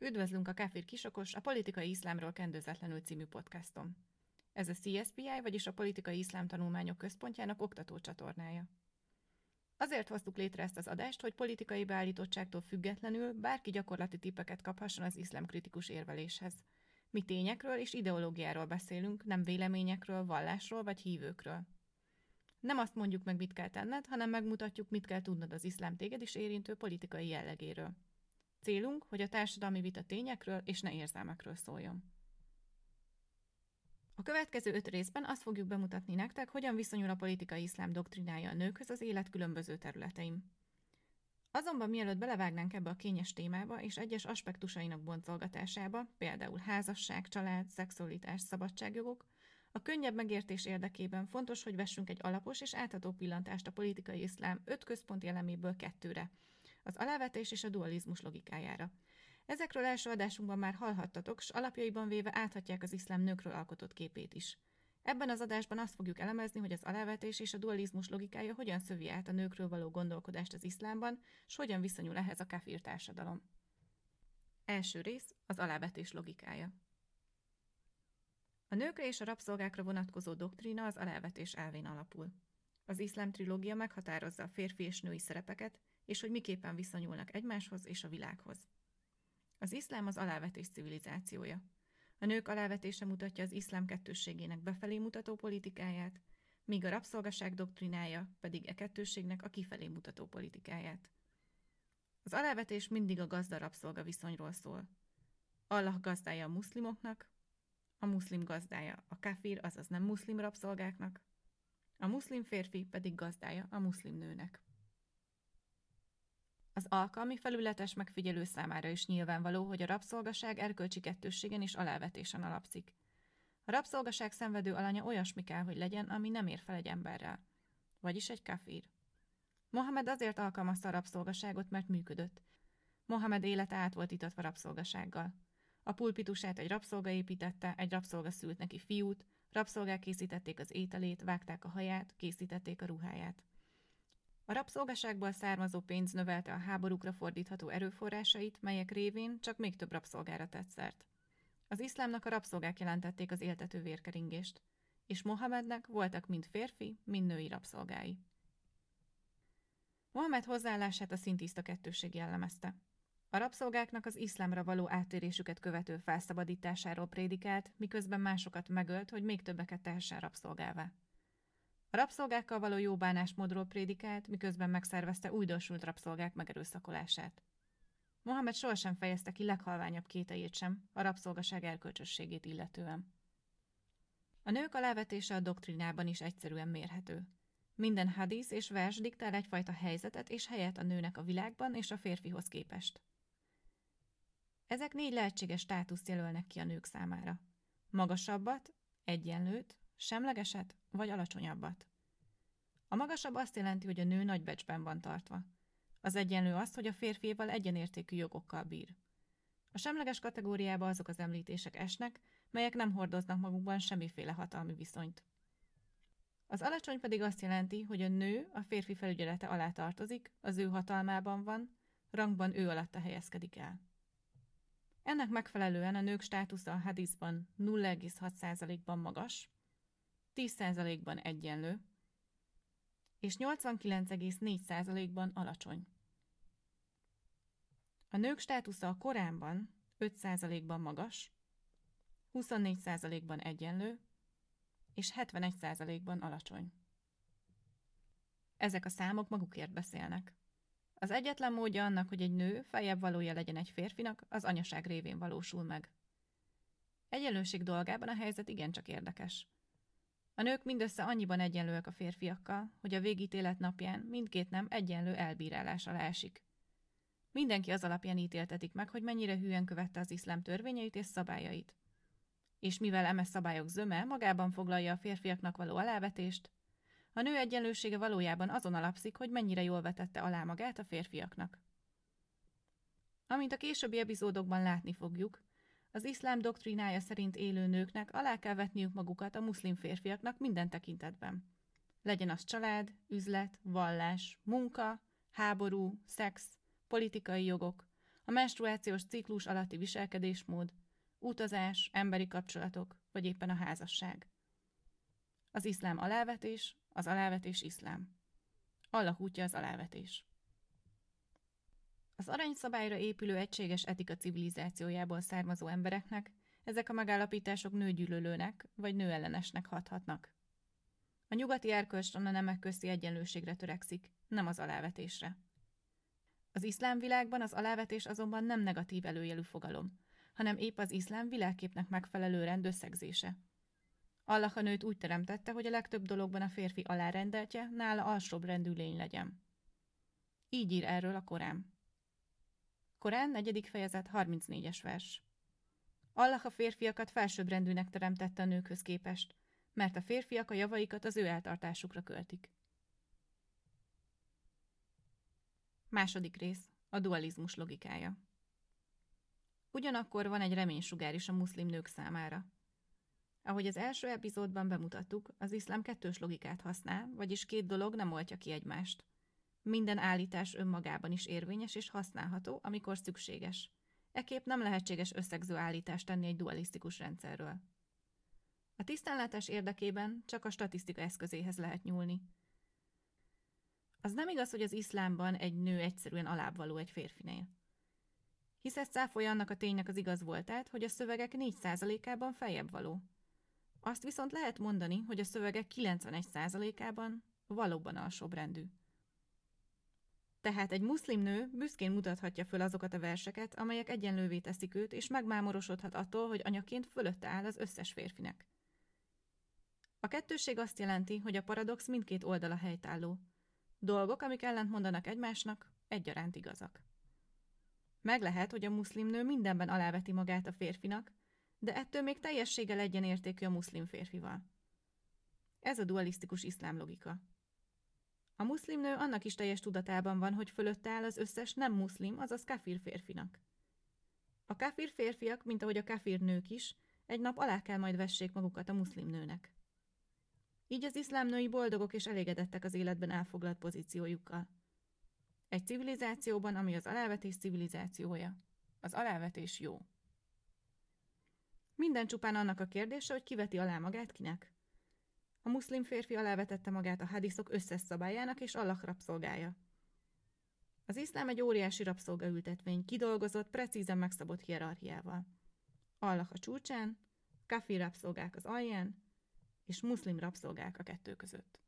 Üdvözlünk a Káfir Kisokos, a Politikai Iszlámról Kendőzetlenül című podcastom. Ez a CSPI, vagyis a Politikai Iszlám Tanulmányok Központjának oktatócsatornája. Azért hoztuk létre ezt az adást, hogy politikai beállítottságtól függetlenül bárki gyakorlati tippeket kaphasson az iszlám kritikus érveléshez. Mi tényekről és ideológiáról beszélünk, nem véleményekről, vallásról vagy hívőkről. Nem azt mondjuk meg, mit kell tenned, hanem megmutatjuk, mit kell tudnod az iszlám téged is érintő politikai jellegéről. Célunk, hogy a társadalmi vita tényekről és ne érzelmekről szóljon. A következő 5 részben azt fogjuk bemutatni nektek, hogyan viszonyul a politikai iszlám doktrinája a nőkhöz az élet különböző területein. Azonban mielőtt belevágnánk ebbe a kényes témába és egyes aspektusainak boncolgatásába, például házasság, család, szexualitás, szabadságjogok, a könnyebb megértés érdekében fontos, hogy vessünk egy alapos és átható pillantást a politikai iszlám 5 központi eleméből 2-re, az alávetés és a dualizmus logikájára. Ezekről első adásunkban már hallhattatok, s alapjaiban véve áthatják az iszlám nőkről alkotott képét is. Ebben az adásban azt fogjuk elemezni, hogy az alávetés és a dualizmus logikája hogyan szövi át a nőkről való gondolkodást az iszlámban, s hogyan viszonyul ehhez a káfir társadalom. Első rész, az alávetés logikája. A nőkre és a rabszolgákra vonatkozó doktrína az alávetés elvén alapul. Az iszlám trilógia meghatározza a férfi és női szerepeket, és hogy miképpen viszonyulnak egymáshoz és a világhoz. Az iszlám az alávetés civilizációja. A nők alávetése mutatja az iszlám kettősségének befelé mutató politikáját, míg a rabszolgaság doktrinája pedig e kettősségnek a kifelé mutató politikáját. Az alávetés mindig a gazda-rabszolga viszonyról szól. Allah gazdája a muszlimoknak, a muszlim gazdája a káfir, azaz nem muszlim rabszolgáknak, a muszlim férfi pedig gazdája a muszlim nőnek. Az alkalmi felületes megfigyelő számára is nyilvánvaló, hogy a rabszolgaság erkölcsi kettősségen és alávetésen alapszik. A rabszolgaság szenvedő alanya olyasmi kell, hogy legyen, ami nem ér fel egy emberrel, vagyis egy káfir. Mohamed azért alkalmazta a rabszolgaságot, mert működött. Mohamed élete át volt itatva rabszolgasággal. A pulpitusát egy rabszolga építette, egy rabszolga szült neki fiút, rabszolgák készítették az ételét, vágták a haját, készítették a ruháját. A rabszolgaságból származó pénz növelte a háborúkra fordítható erőforrásait, melyek révén csak még több rabszolgára tett szert. Az iszlámnak a rabszolgák jelentették az éltető vérkeringést, és Mohamednek voltak mind férfi, mind női rabszolgái. Mohamed hozzáállását a szintiszta kettősség jellemezte. A rabszolgáknak az iszlámra való áttérésüket követő felszabadításáról prédikált, miközben másokat megölt, hogy még többeket tehessen rabszolgává. A rabszolgákkal való jó bánásmódról prédikált, miközben megszervezte újdonsült rabszolgák megerőszakolását. Mohamed sohasem fejezte ki leghalványabb kételyét sem a rabszolgaság erkölcsösségét illetően. A nők alávetése a doktrinában is egyszerűen mérhető. Minden hadisz és vers diktál egyfajta helyzetet és helyet a nőnek a világban és a férfihoz képest. Ezek 4 lehetséges státuszt jelölnek ki a nők számára. Magasabbat, egyenlőt, semlegeset vagy alacsonyabbat. A magasabb azt jelenti, hogy a nő nagy becsben van tartva. Az egyenlő az, hogy a férfiéval egyenértékű jogokkal bír. A semleges kategóriába azok az említések esnek, melyek nem hordoznak magukban semmiféle hatalmi viszonyt. Az alacsony pedig azt jelenti, hogy a nő a férfi felügyelete alá tartozik, az ő hatalmában van, rangban ő alatta helyezkedik el. Ennek megfelelően a nők státusza a hadiszban 0,6%-ban magas, 10%-ban egyenlő, és 89,4%-ban alacsony. A nők státusza a Koránban 5%-ban magas, 24%-ban egyenlő, és 71%-ban alacsony. Ezek a számok magukért beszélnek. Az egyetlen módja annak, hogy egy nő feljebb valója legyen egy férfinak, az anyaság révén valósul meg. Egyenlőség dolgában a helyzet igencsak érdekes. A nők mindössze annyiban egyenlőek a férfiakkal, hogy a végítélet napján mindkét nem egyenlő elbírálás alá esik. Mindenki az alapján ítéltetik meg, hogy mennyire hűen követte az iszlám törvényeit és szabályait. És mivel eme szabályok zöme magában foglalja a férfiaknak való alávetést, a nő egyenlősége valójában azon alapszik, hogy mennyire jól vetette alá magát a férfiaknak. Amint a későbbi epizódokban látni fogjuk, az iszlám doktrinája szerint élő nőknek alá kell vetniük magukat a muszlim férfiaknak minden tekintetben. Legyen az család, üzlet, vallás, munka, háború, szex, politikai jogok, a menstruációs ciklus alatti viselkedésmód, utazás, emberi kapcsolatok, vagy éppen a házasság. Az iszlám alávetés, az alávetés iszlám. Allah útja az alávetés. Az aranyszabályra épülő egységes etika civilizációjából származó embereknek ezek a megállapítások nőgyűlölőnek vagy nőellenesnek hathatnak. A nyugati erkölcstán a nemek közti egyenlőségre törekszik, nem az alávetésre. Az iszlám világban az alávetés azonban nem negatív előjelű fogalom, hanem épp az iszlám világképnek megfelelő rend összegzése. Allah a nőt úgy teremtette, hogy a legtöbb dologban a férfi alárendeltje, nála alsóbb rendű lény legyen. Így ír erről a Korán. Korán 4. fejezet 34-es vers. Allah a férfiakat felsőbbrendűnek teremtette a nőkhöz képest, mert a férfiak a javaikat az ő eltartásukra költik. Második rész. A dualizmus logikája. Ugyanakkor van egy reménysugár is a muszlim nők számára. Ahogy az első epizódban bemutattuk, az iszlám kettős logikát használ, vagyis két dolog nem oltja ki egymást. Minden állítás önmagában is érvényes és használható, amikor szükséges. Ekképp nem lehetséges összegző állítást tenni egy dualisztikus rendszerről. A tisztánlátás érdekében csak a statisztika eszközéhez lehet nyúlni. Az nem igaz, hogy az iszlámban egy nő egyszerűen alábbvaló egy férfinél. Hisz ez cáfolja annak a ténynek az igaz voltát, hogy a szövegek 4%-ában feljebb való. Azt viszont lehet mondani, hogy a szövegek 91%-ában valóban alsóbbrendű. Tehát egy muszlim nő büszkén mutathatja föl azokat a verseket, amelyek egyenlővé teszik őt, és megmámorosodhat attól, hogy anyaként fölötte áll az összes férfinek. A kettősség azt jelenti, hogy a paradox mindkét oldala helytálló. Dolgok, amik ellent mondanak egymásnak, egyaránt igazak. Meg lehet, hogy a muszlim nő mindenben aláveti magát a férfinak, de ettől még teljességgel egyenértékű a muszlim férfival. Ez a dualisztikus iszlám logika. A muszlim nő annak is teljes tudatában van, hogy fölötte áll az összes nem muszlim, azaz kafir férfinak. A kafir férfiak, mint ahogy a kafir nők is, egy nap alá kell majd vessék magukat a muszlim nőnek. Így az iszlám női boldogok és elégedettek az életben elfoglalt pozíciójukkal. Egy civilizációban, ami az alávetés civilizációja. Az alávetés jó. Minden csupán annak a kérdése, hogy kiveti alá magát kinek. A muszlim férfi alávetette magát a hadiszok összes szabályának, és Allah rabszolgája. Az iszlám egy óriási rabszolgaültetvény, kidolgozott, precízen megszabott hierarchiával. Allah a csúcsán, kafir rabszolgák az alján, és muszlim rabszolgák a kettő között.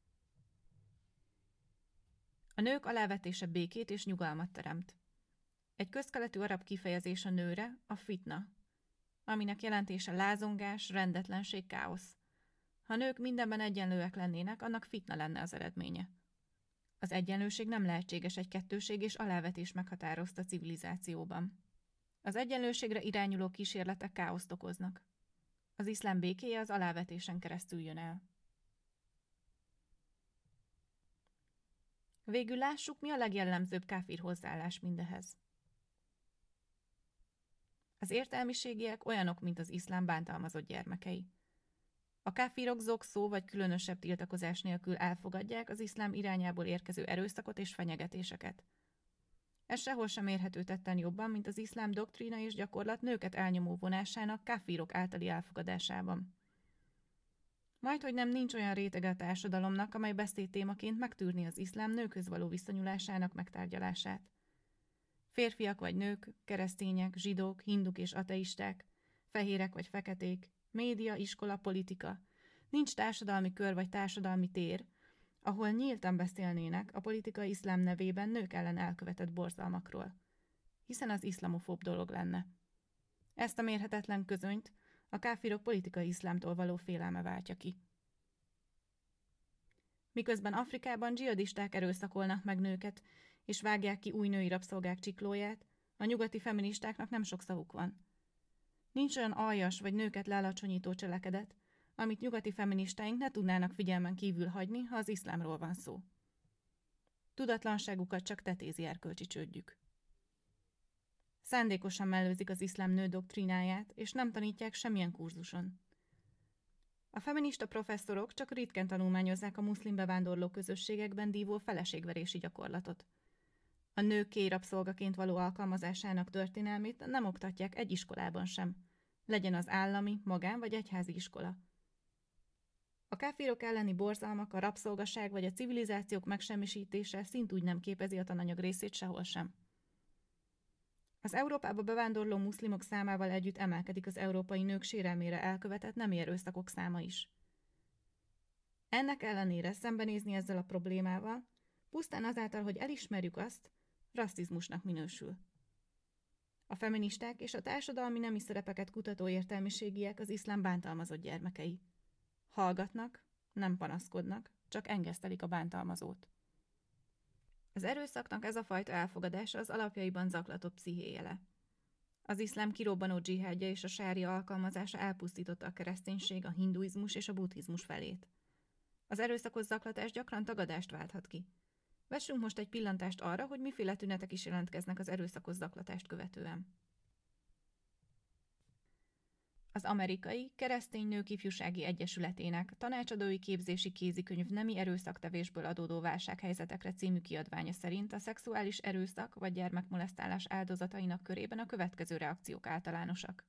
A nők alávetése békét és nyugalmat teremt. Egy közkeletű arab kifejezés a nőre a fitna, aminek jelentése lázongás, rendetlenség, káosz. Ha nők mindenben egyenlőek lennének, annak fitna lenne az eredménye. Az egyenlőség nem lehetséges, egy kettőség és alávetés meghatározta civilizációban. Az egyenlőségre irányuló kísérletek káoszt okoznak. Az iszlám békéje az alávetésen keresztül jön el. Végül lássuk, mi a legjellemzőbb káfir hozzáállás mindehez. Az értelmiségiek olyanok, mint az iszlám bántalmazott gyermekei. A káfirok zokszó vagy különösebb tiltakozás nélkül elfogadják az iszlám irányából érkező erőszakot és fenyegetéseket. Ez sehol sem érhető tetten jobban, mint az iszlám doktrína és gyakorlat nőket elnyomó vonásának káfirok általi elfogadásában. Majdhogy nem nincs olyan rétege a társadalomnak, amely beszédtémaként megtűrni az iszlám nőkhöz való viszonyulásának megtárgyalását. Férfiak vagy nők, keresztények, zsidók, hinduk és ateisták, fehérek vagy feketék, média, iskola, politika. Nincs társadalmi kör vagy társadalmi tér, ahol nyíltan beszélnének a politika iszlám nevében nők ellen elkövetett borzalmakról. Hiszen az iszlamofób dolog lenne. Ezt a mérhetetlen közönyt a káfirok politikai iszlámtól való félelme váltja ki. Miközben Afrikában dzsihadisták erőszakolnak meg nőket, és vágják ki új női rabszolgák csiklóját, a nyugati feministáknak nem sok szavuk van. Nincs olyan aljas vagy nőket lealacsonyító cselekedet, amit nyugati feministáink ne tudnának figyelmen kívül hagyni, ha az iszlámról van szó. Tudatlanságukat csak tetézi erkölcsi csődjük. Szándékosan mellőzik az iszlám nő doktrínáját, és nem tanítják semmilyen kurzuson. A feminista professzorok csak ritkán tanulmányozzák a muszlim bevándorló közösségekben dívó feleségverési gyakorlatot. A nők kérabszolgaként való alkalmazásának történelmét nem oktatják egy iskolában sem, legyen az állami, magán vagy egyházi iskola. A káfirok elleni borzalmak, a rabszolgaság vagy a civilizációk megsemmisítése szintúgy nem képezi a tananyag részét sehol sem. Az Európába bevándorló muszlimok számával együtt emelkedik az európai nők sérelmére elkövetett nemi erőszakok száma is. Ennek ellenére szembenézni ezzel a problémával, pusztán azáltal, hogy elismerjük azt, rasszizmusnak minősül. A feministák és a társadalmi nemi szerepeket kutató értelmiségiek az iszlám bántalmazott gyermekei. Hallgatnak, nem panaszkodnak, csak engesztelik a bántalmazót. Az erőszaknak ez a fajta elfogadása az alapjaiban zaklatott pszichéjele. Az iszlám kirobbanó dzsihádja és a sária alkalmazása elpusztította a kereszténység, a hinduizmus és a buddhizmus felét. Az erőszakos zaklatás gyakran tagadást válthat ki. Vessünk most egy pillantást arra, hogy miféle tünetek is jelentkeznek az erőszakos zaklatást követően. Az Amerikai Keresztény Nők Ifjúsági Egyesületének tanácsadói képzési kézikönyv nemi erőszaktevésből adódó válsághelyzetekre című kiadványa szerint a szexuális erőszak vagy gyermekmolesztálás áldozatainak körében a következő reakciók általánosak.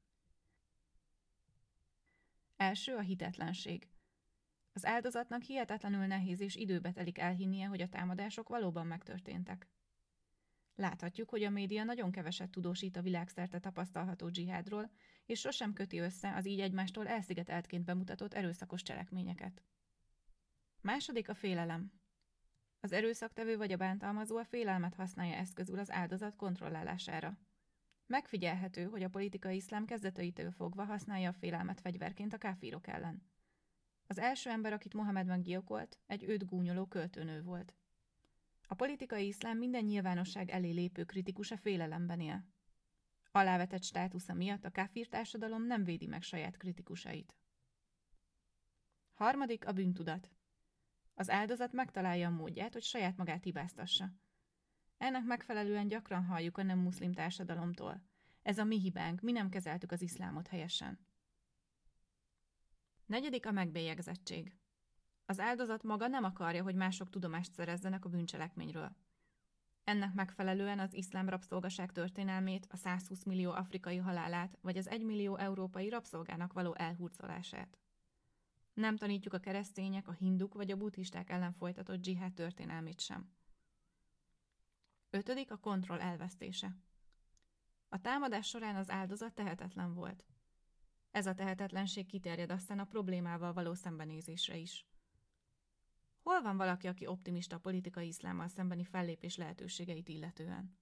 Első a hitetlenség. Az áldozatnak hihetetlenül nehéz és időbe telik elhinnie, hogy a támadások valóban megtörténtek. Láthatjuk, hogy a média nagyon keveset tudósít a világszerte tapasztalható dzsihádról, és sosem köti össze az így egymástól elszigeteltként bemutatott erőszakos cselekményeket. Második a félelem. Az erőszaktevő vagy a bántalmazó a félelmet használja eszközül az áldozat kontrollálására. Megfigyelhető, hogy a politikai iszlám kezdeteitől fogva használja a félelmet fegyverként a káfírok ellen. Az első ember, akit Mohamed meggyilkolt, egy őt gúnyoló költőnő volt. A politikai iszlám minden nyilvánosság elé lépő kritikusa félelemben él. Alávetett státusza miatt a káfir társadalom nem védi meg saját kritikusait. Harmadik a bűntudat. Az áldozat megtalálja a módját, hogy saját magát hibáztassa. Ennek megfelelően gyakran halljuk a nem muszlim társadalomtól. Ez a mi hibánk, mi nem kezeltük az iszlámot helyesen. Negyedik a megbélyegzettség. Az áldozat maga nem akarja, hogy mások tudomást szerezzenek a bűncselekményről. Ennek megfelelően az iszlám rabszolgaság történelmét, a 120 millió afrikai halálát, vagy az 1 millió európai rabszolgának való elhurcolását. Nem tanítjuk a keresztények, a hinduk vagy a buddhisták ellen folytatott dzsihád történelmét sem. Ötödik a kontroll elvesztése. A támadás során az áldozat tehetetlen volt. Ez a tehetetlenség kiterjed aztán a problémával való szembenézésre is. Hol van valaki, aki optimista a politikai iszlámmal szembeni fellépés lehetőségeit illetően?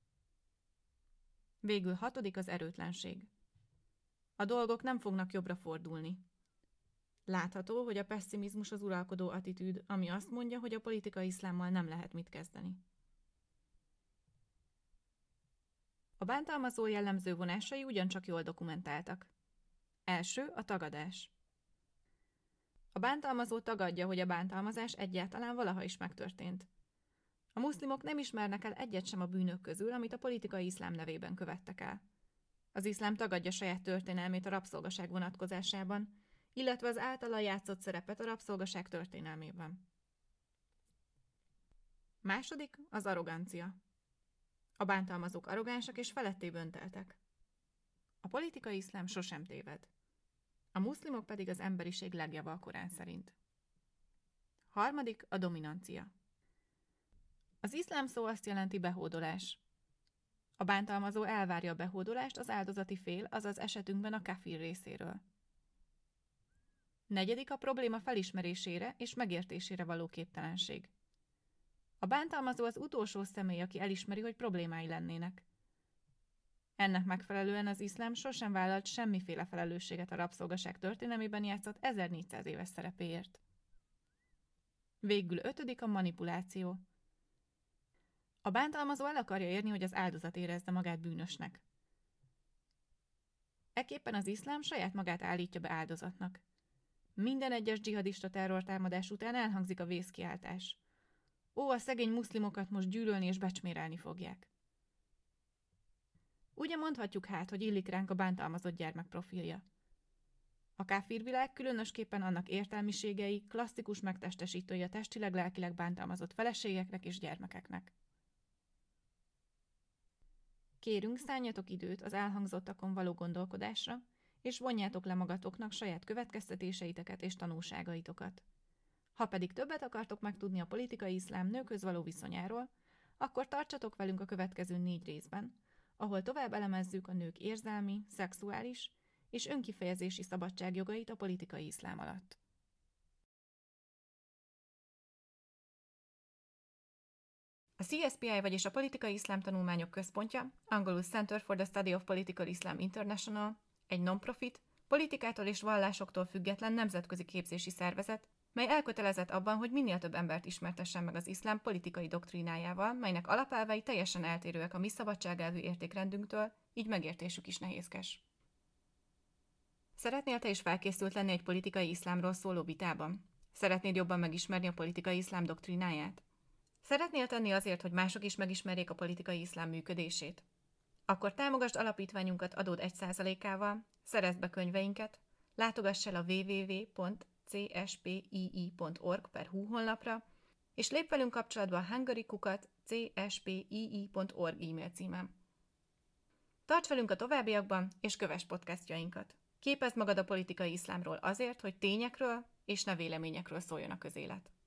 Végül hatodik az erőtlenség. A dolgok nem fognak jobbra fordulni. Látható, hogy a pesszimizmus az uralkodó attitűd, ami azt mondja, hogy a politikai iszlámmal nem lehet mit kezdeni. A bántalmazó jellemző vonásai ugyancsak jól dokumentáltak. Első a tagadás. A bántalmazó tagadja, hogy a bántalmazás egyáltalán valaha is megtörtént. A muszlimok nem ismernek el egyet sem a bűnök közül, amit a politikai iszlám nevében követtek el. Az iszlám tagadja saját történelmét a rabszolgaság vonatkozásában, illetve az általa játszott szerepet a rabszolgaság történelmében. Második az arrogancia. A bántalmazók arrogánsak és feletté önteltek. A politikai iszlám sosem téved. A muszlimok pedig az emberiség legjava a Korán szerint. Harmadik a dominancia. Az iszlám szó azt jelenti behódolás. A bántalmazó elvárja a behódolást az áldozati fél, azaz esetünkben a kafir részéről. Negyedik a probléma felismerésére és megértésére való képtelenség. A bántalmazó az utolsó személy, aki elismeri, hogy problémái lennének. Ennek megfelelően az iszlám sosem vállalt semmiféle felelősséget a rabszolgaság történelmében játszott 1400 éves szerepéért. Végül ötödik a manipuláció. A bántalmazó el akarja érni, hogy az áldozat érezze magát bűnösnek. Ekképpen az iszlám saját magát állítja be áldozatnak. Minden egyes dzsihadista terrortámadás után elhangzik a vészkiáltás. Ó, a szegény muszlimokat most gyűlölni és becsmérelni fogják. Ugye mondhatjuk hát, hogy illik ránk a bántalmazott gyermek profilja. A káfirvilág különösképpen annak értelmiségei klasszikus megtestesítői a testileg-lelkileg bántalmazott feleségeknek és gyermekeknek. Kérünk, szálljatok időt az elhangzottakon való gondolkodásra, és vonjátok le magatoknak saját következtetéseiteket és tanulságaitokat. Ha pedig többet akartok megtudni a politikai iszlám nőkhöz való viszonyáról, akkor tartsatok velünk a következő 4 részben, ahol tovább elemezzük a nők érzelmi, szexuális és önkifejezési szabadságjogait a politikai iszlám alatt. A CSPI, vagyis a Politikai Iszlám Tanulmányok Központja, angolul Center for the Study of Political Islam International, egy non-profit, politikától és vallásoktól független nemzetközi képzési szervezet, mely elkötelezett abban, hogy minél több embert ismertessen meg az iszlám politikai doktrínájával, melynek alapelvei teljesen eltérőek a mi szabadságelvű értékrendünktől, így megértésük is nehézkes. Szeretnél te is felkészült lenni egy politikai iszlámról szóló vitában? Szeretnéd jobban megismerni a politikai iszlám doktrínáját? Szeretnél tenni azért, hogy mások is megismerjék a politikai iszlám működését? Akkor támogasd alapítványunkat adód 1%-ával, szerezd be könyveinket, látogass el a www.cspii.org/hu honlapra, és lépj velünk kapcsolatba a hungary@cspii.org e-mail címen. Tarts velünk a továbbiakban, és kövess podcastjainkat. Képezd magad a politikai iszlámról azért, hogy tényekről és ne véleményekről szóljon a közélet.